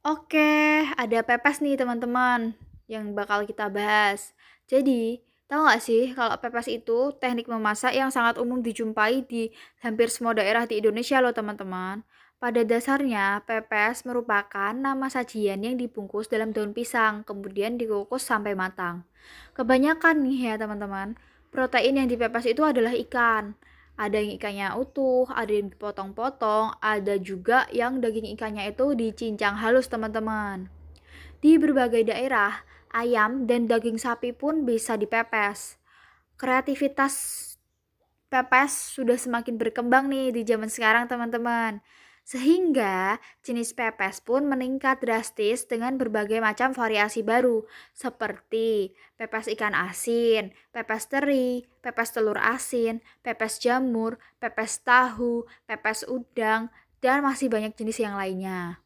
Oke, ada pepes nih teman-teman yang bakal kita bahas. Jadi, tahu nggak sih kalau pepes itu teknik memasak yang sangat umum dijumpai di hampir semua daerah di Indonesia loh teman-teman. Pada dasarnya, pepes merupakan nama sajian yang dibungkus dalam daun pisang, kemudian dikukus sampai matang. Kebanyakan nih ya teman-teman, protein yang dipepes itu adalah ikan. Ada yang ikannya utuh, ada yang dipotong-potong, ada juga yang daging ikannya itu dicincang halus teman-teman. Di berbagai daerah, ayam dan daging sapi pun bisa dipepes. Kreativitas pepes sudah semakin berkembang nih di zaman sekarang teman-teman. Sehingga jenis pepes pun meningkat drastis dengan berbagai macam variasi baru seperti pepes ikan asin, pepes teri, pepes telur asin, pepes jamur, pepes tahu, pepes udang, dan masih banyak jenis yang lainnya.